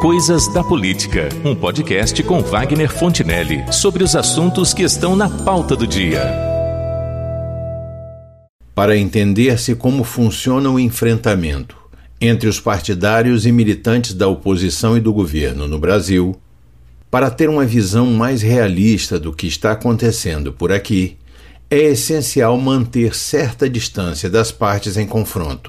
Coisas da Política, um podcast com Wagner Fontinelli sobre os assuntos que estão na pauta do dia. Para entender-se como funciona o enfrentamento entre os partidários e militantes da oposição e do governo no Brasil, para ter uma visão mais realista do que está acontecendo por aqui, é essencial manter certa distância das partes em confronto.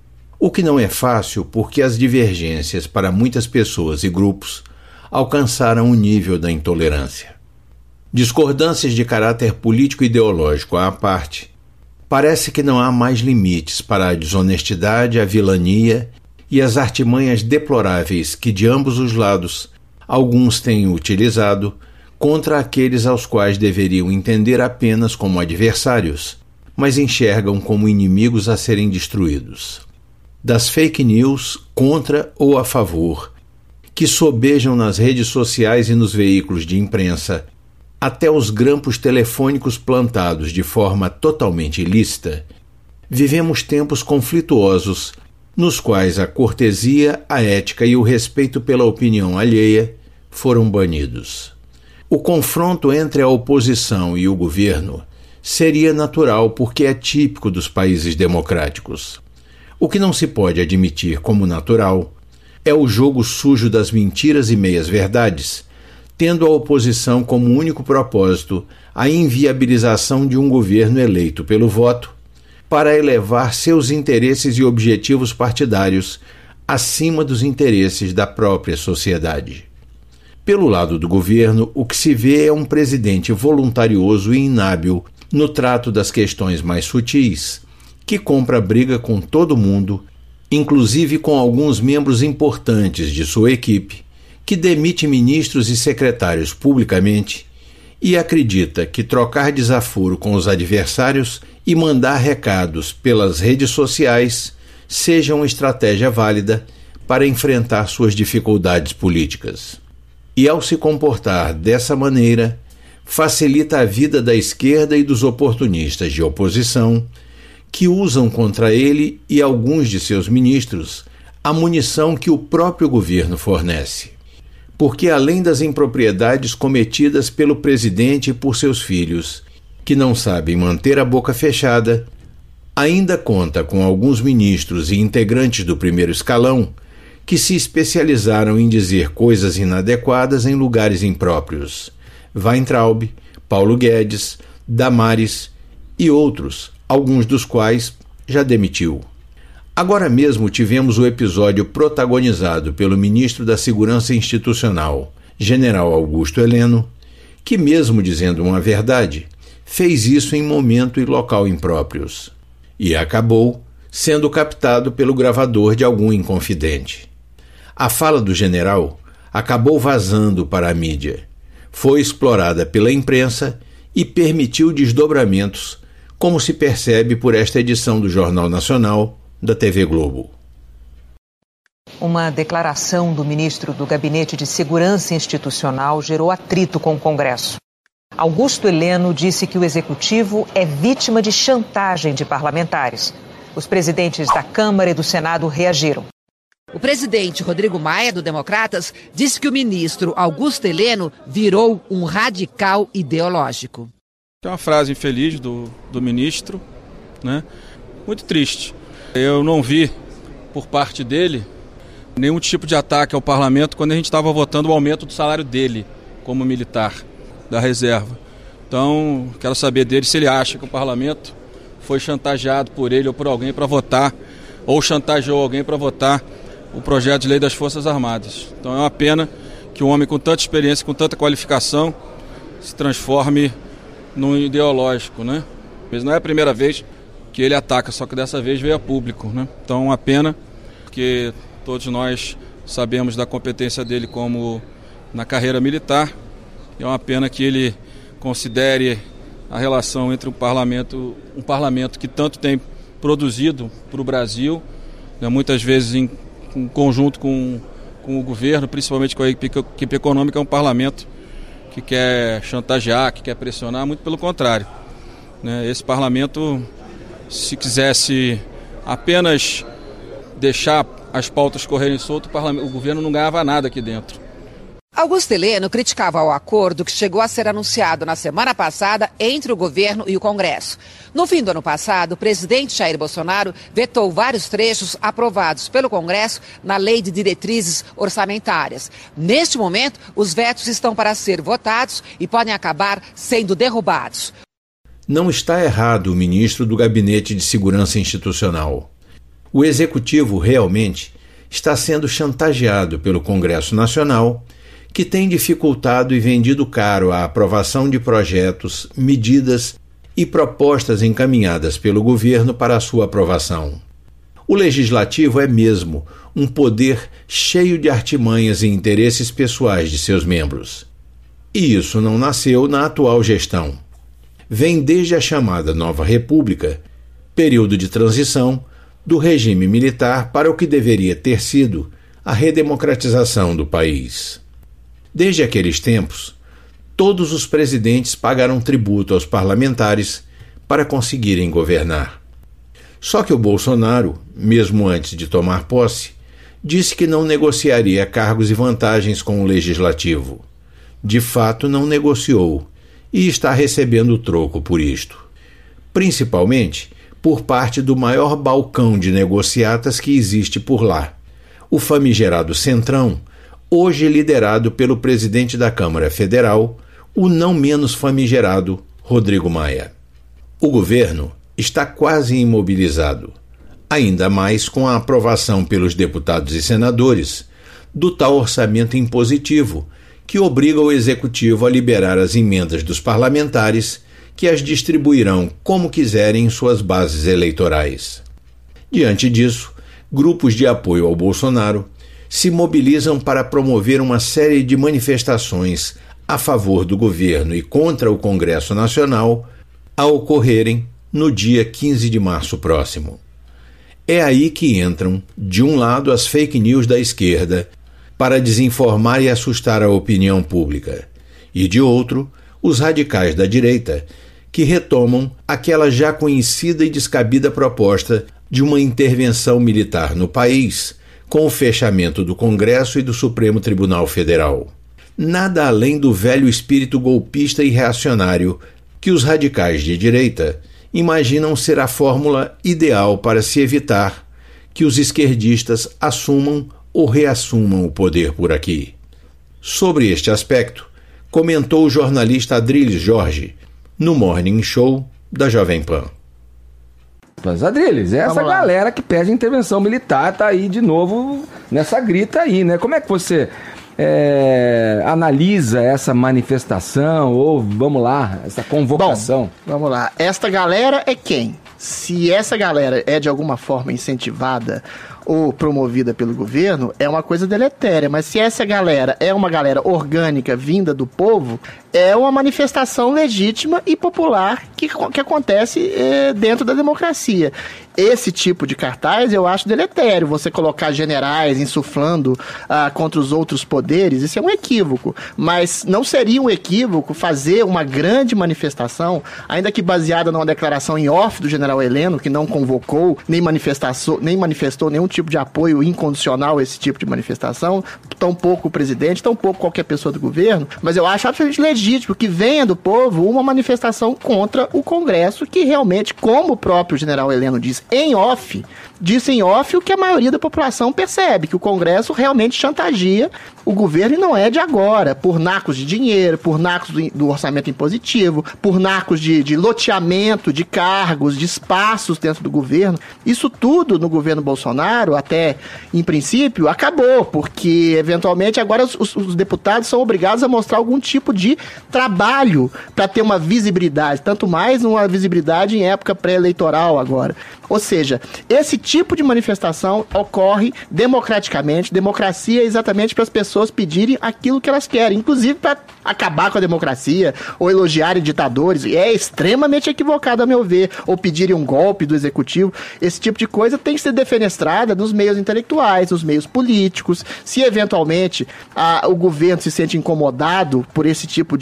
O que não é fácil porque as divergências para muitas pessoas e grupos alcançaram o nível da intolerância. Discordâncias de caráter político-ideológico à parte, parece que não há mais limites para a desonestidade, a vilania e as artimanhas deploráveis que de ambos os lados alguns têm utilizado contra aqueles aos quais deveriam entender apenas como adversários, mas enxergam como inimigos a serem destruídos. Das fake news contra ou a favor, que sobejam nas redes sociais e nos veículos de imprensa, até os grampos telefônicos plantados de forma totalmente ilícita, vivemos tempos conflituosos nos quais a cortesia, a ética e o respeito pela opinião alheia foram banidos. O confronto entre a oposição e o governo seria natural porque é típico dos países democráticos. O que não se pode admitir como natural é o jogo sujo das mentiras e meias-verdades, tendo a oposição como único propósito a inviabilização de um governo eleito pelo voto para elevar seus interesses e objetivos partidários acima dos interesses da própria sociedade. Pelo lado do governo, o que se vê é um presidente voluntarioso e inábil no trato das questões mais sutis, que compra briga com todo mundo, inclusive com alguns membros importantes de sua equipe, que demite ministros e secretários publicamente e acredita que trocar desaforo com os adversários e mandar recados pelas redes sociais seja uma estratégia válida para enfrentar suas dificuldades políticas. E ao se comportar dessa maneira, facilita a vida da esquerda e dos oportunistas de oposição, que usam contra ele e alguns de seus ministros a munição que o próprio governo fornece. Porque além das impropriedades cometidas pelo presidente e por seus filhos, que não sabem manter a boca fechada, ainda conta com alguns ministros e integrantes do primeiro escalão que se especializaram em dizer coisas inadequadas em lugares impróprios. Weintraub, Paulo Guedes, Damares e outros, alguns dos quais já demitiu. Agora mesmo tivemos o episódio protagonizado pelo ministro da Segurança Institucional, General Augusto Heleno, que mesmo dizendo uma verdade, fez isso em momento e local impróprios. E acabou sendo captado pelo gravador de algum inconfidente. A fala do general acabou vazando para a mídia, foi explorada pela imprensa e permitiu desdobramentos, como se percebe por esta edição do Jornal Nacional da TV Globo. Uma declaração do ministro do Gabinete de Segurança Institucional gerou atrito com o Congresso. Augusto Heleno disse que o Executivo é vítima de chantagem de parlamentares. Os presidentes da Câmara e do Senado reagiram. O presidente Rodrigo Maia, do Democratas, disse que o ministro Augusto Heleno virou um radical ideológico. É uma frase infeliz do ministro, né? Muito triste. Eu não vi, por parte dele, nenhum tipo de ataque ao parlamento quando a gente estava votando o aumento do salário dele como militar da reserva. Então, quero saber dele se ele acha que o parlamento foi chantageado por ele ou por alguém para votar, ou chantageou alguém para votar o projeto de lei das Forças Armadas. Então é uma pena que um homem com tanta experiência, com tanta qualificação, se transforme num ideológico, né? Mas não é a primeira vez que ele ataca, só que dessa vez veio a público, né? Então é uma pena, porque todos nós sabemos da competência dele como na carreira militar. É uma pena que ele considere a relação entre um parlamento que tanto tem produzido para o Brasil, né, muitas vezes em conjunto com o governo, principalmente com a equipe econômica, é um parlamento que quer chantagear, que quer pressionar, muito pelo contrário. Né, esse parlamento, se quisesse apenas deixar as pautas correrem solto, o governo não ganhava nada aqui dentro. Augusto Heleno criticava o acordo que chegou a ser anunciado na semana passada entre o governo e o Congresso. No fim do ano passado, o presidente Jair Bolsonaro vetou vários trechos aprovados pelo Congresso na Lei de Diretrizes Orçamentárias. Neste momento, os vetos estão para ser votados e podem acabar sendo derrubados. Não está errado o ministro do Gabinete de Segurança Institucional. O Executivo realmente está sendo chantageado pelo Congresso Nacional, que tem dificultado e vendido caro a aprovação de projetos, medidas e propostas encaminhadas pelo governo para a sua aprovação. O Legislativo é mesmo um poder cheio de artimanhas e interesses pessoais de seus membros. E isso não nasceu na atual gestão. Vem desde a chamada Nova República, período de transição do regime militar para o que deveria ter sido a redemocratização do país. Desde aqueles tempos, todos os presidentes pagaram tributo aos parlamentares para conseguirem governar. Só que o Bolsonaro, mesmo antes de tomar posse, disse que não negociaria cargos e vantagens com o Legislativo. De fato, não negociou e está recebendo troco por isto. Principalmente por parte do maior balcão de negociatas que existe por lá, o famigerado Centrão, hoje liderado pelo presidente da Câmara Federal, o não menos famigerado Rodrigo Maia. O governo está quase imobilizado, ainda mais com a aprovação pelos deputados e senadores do tal orçamento impositivo que obriga o Executivo a liberar as emendas dos parlamentares que as distribuirão como quiserem em suas bases eleitorais. Diante disso, grupos de apoio ao Bolsonaro se mobilizam para promover uma série de manifestações a favor do governo e contra o Congresso Nacional a ocorrerem no dia 15 de março próximo. É aí que entram, de um lado, as fake news da esquerda para desinformar e assustar a opinião pública, e de outro, os radicais da direita, que retomam aquela já conhecida e descabida proposta de uma intervenção militar no país, com o fechamento do Congresso e do Supremo Tribunal Federal. Nada além do velho espírito golpista e reacionário que os radicais de direita imaginam ser a fórmula ideal para se evitar que os esquerdistas assumam ou reassumam o poder por aqui. Sobre este aspecto, comentou o jornalista Adriles Jorge no Morning Show da Jovem Pan. Mas, Adriles, é essa galera que pede intervenção militar, tá aí de novo nessa grita aí, né? Como é que você analisa essa manifestação ou, vamos lá, essa convocação? Bom, vamos lá. Esta galera é quem? Se essa galera é de alguma forma incentivada ou promovida pelo governo, é uma coisa deletéria. Mas se essa galera é uma galera orgânica vinda do povo, é uma manifestação legítima e popular que acontece dentro da democracia. Esse tipo de cartaz eu acho deletério. Você colocar generais insuflando contra os outros poderes, isso é um equívoco. Mas não seria um equívoco fazer uma grande manifestação, ainda que baseada numa declaração em off do general Heleno, que não convocou, nem manifestou nenhum tipo de apoio incondicional a esse tipo de manifestação, tampouco o presidente, tampouco qualquer pessoa do governo, mas eu acho absolutamente legítimo que venha do povo uma manifestação contra o Congresso, que realmente, como o próprio general Heleno disse em off o que a maioria da população percebe, que o Congresso realmente chantageia o governo, e não é de agora, por nacos de dinheiro, por nacos do orçamento impositivo, por nacos de loteamento de cargos, de espaços dentro do governo. Isso tudo no governo Bolsonaro, até em princípio, acabou, porque eventualmente agora os deputados são obrigados a mostrar algum tipo de trabalho para ter uma visibilidade, tanto mais uma visibilidade em época pré-eleitoral agora. Ou seja, esse tipo de manifestação ocorre democraticamente. Democracia é exatamente para as pessoas pedirem aquilo que elas querem, inclusive para acabar com a democracia ou elogiarem ditadores. É extremamente equivocado, a meu ver, ou pedirem um golpe do executivo. Esse tipo de coisa tem que ser defenestrada nos meios intelectuais, nos meios políticos. Se eventualmente o governo se sente incomodado por esse tipo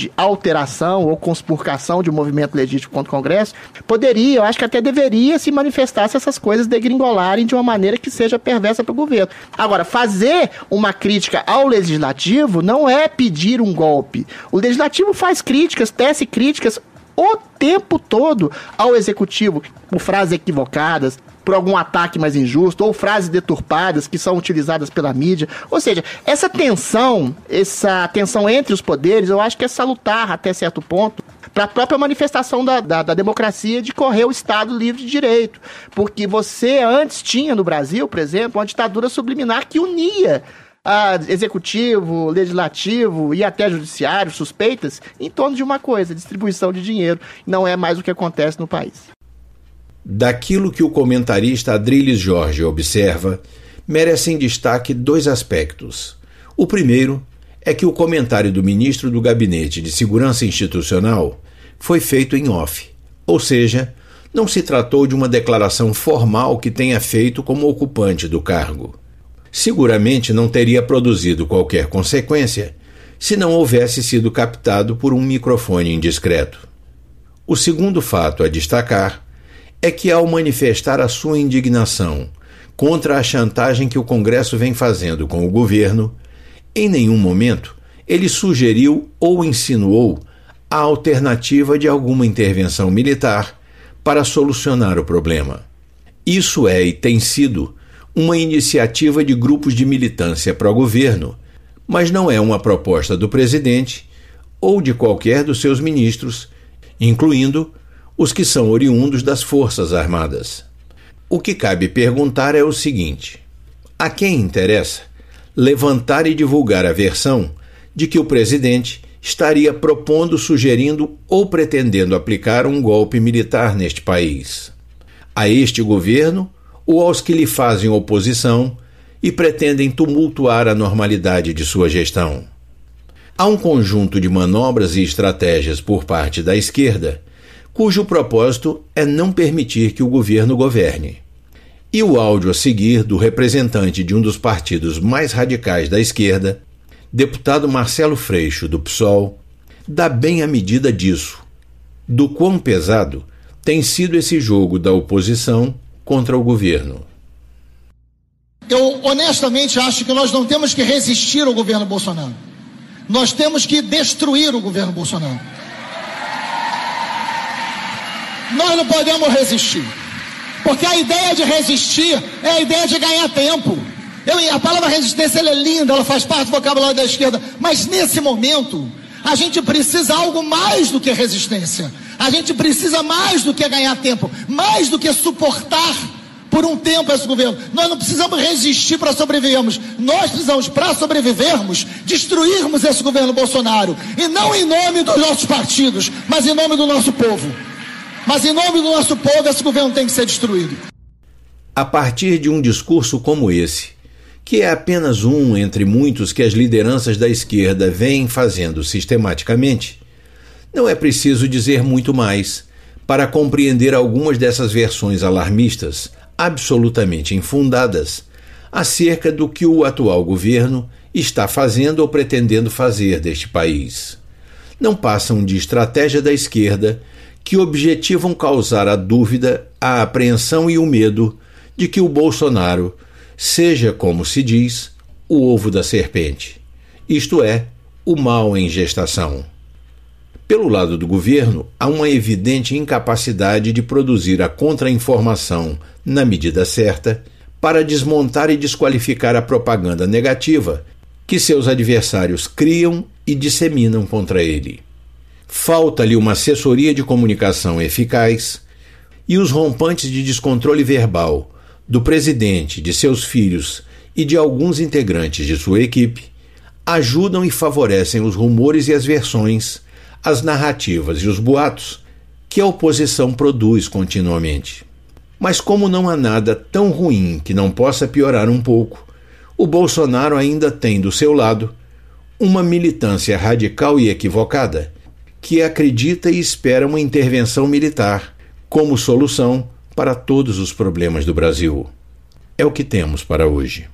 de alteração ou conspurcação de um movimento legítimo contra o Congresso, poderia, eu acho que até deveria se manifestar se essas coisas degringolarem de uma maneira que seja perversa para o governo. Agora, fazer uma crítica ao Legislativo não é pedir um golpe. O Legislativo faz críticas, tece críticas o tempo todo ao Executivo, por frases equivocadas, por algum ataque mais injusto, ou frases deturpadas que são utilizadas pela mídia. Ou seja, essa tensão entre os poderes, eu acho que é salutar até certo ponto para a própria manifestação da democracia de correr o Estado livre de direito. Porque você antes tinha no Brasil, por exemplo, uma ditadura subliminar que unia executivo, legislativo e até judiciário, suspeitas, em torno de uma coisa, distribuição de dinheiro. Não é mais o que acontece no país. Daquilo que o comentarista Adriles Jorge observa, merecem destaque dois aspectos. O primeiro é que o comentário do ministro do Gabinete de Segurança Institucional foi feito em off, ou seja, não se tratou de uma declaração formal que tenha feito como ocupante do cargo. Seguramente não teria produzido qualquer consequência se não houvesse sido captado por um microfone indiscreto. O segundo fato a destacar é que, ao manifestar a sua indignação contra a chantagem que o Congresso vem fazendo com o governo, em nenhum momento ele sugeriu ou insinuou a alternativa de alguma intervenção militar para solucionar o problema. Isso é e tem sido uma iniciativa de grupos de militância pró-governo, mas não é uma proposta do presidente ou de qualquer dos seus ministros, incluindo os que são oriundos das Forças Armadas. O que cabe perguntar é o seguinte: a quem interessa levantar e divulgar a versão de que o presidente estaria propondo, sugerindo ou pretendendo aplicar um golpe militar neste país? A este governo ou aos que lhe fazem oposição e pretendem tumultuar a normalidade de sua gestão? Há um conjunto de manobras e estratégias por parte da esquerda cujo propósito é não permitir que o governo governe. E o áudio a seguir do representante de um dos partidos mais radicais da esquerda, deputado Marcelo Freixo, do PSOL, dá bem a medida disso, do quão pesado tem sido esse jogo da oposição contra o governo. Eu honestamente acho que nós não temos que resistir ao governo Bolsonaro. Nós temos que destruir o governo Bolsonaro. Nós não podemos resistir, porque a ideia de resistir é a ideia de ganhar tempo. A palavra resistência ela é linda, ela faz parte do vocabulário da esquerda, mas nesse momento a gente precisa algo mais do que resistência. A gente precisa mais do que ganhar tempo, mais do que suportar por um tempo esse governo. Nós não precisamos resistir para sobrevivermos. Nós precisamos, para sobrevivermos, destruirmos esse governo Bolsonaro. E não em nome dos nossos partidos, mas em nome do nosso povo. Mas em nome do nosso povo, esse governo tem que ser destruído. A partir de um discurso como esse, que é apenas um entre muitos que as lideranças da esquerda vêm fazendo sistematicamente, não é preciso dizer muito mais para compreender algumas dessas versões alarmistas, absolutamente infundadas, acerca do que o atual governo está fazendo ou pretendendo fazer deste país. Não passam de estratégia da esquerda que objetivam causar a dúvida, a apreensão e o medo de que o Bolsonaro seja, como se diz, o ovo da serpente, isto é, o mal em gestação. Pelo lado do governo, há uma evidente incapacidade de produzir a contra-informação na medida certa para desmontar e desqualificar a propaganda negativa que seus adversários criam e disseminam contra ele. Falta-lhe uma assessoria de comunicação eficaz e os rompantes de descontrole verbal do presidente, de seus filhos e de alguns integrantes de sua equipe ajudam e favorecem os rumores e as versões, as narrativas e os boatos que a oposição produz continuamente. Mas como não há nada tão ruim que não possa piorar um pouco, o Bolsonaro ainda tem do seu lado uma militância radical e equivocada que acredita e espera uma intervenção militar como solução para todos os problemas do Brasil. É o que temos para hoje.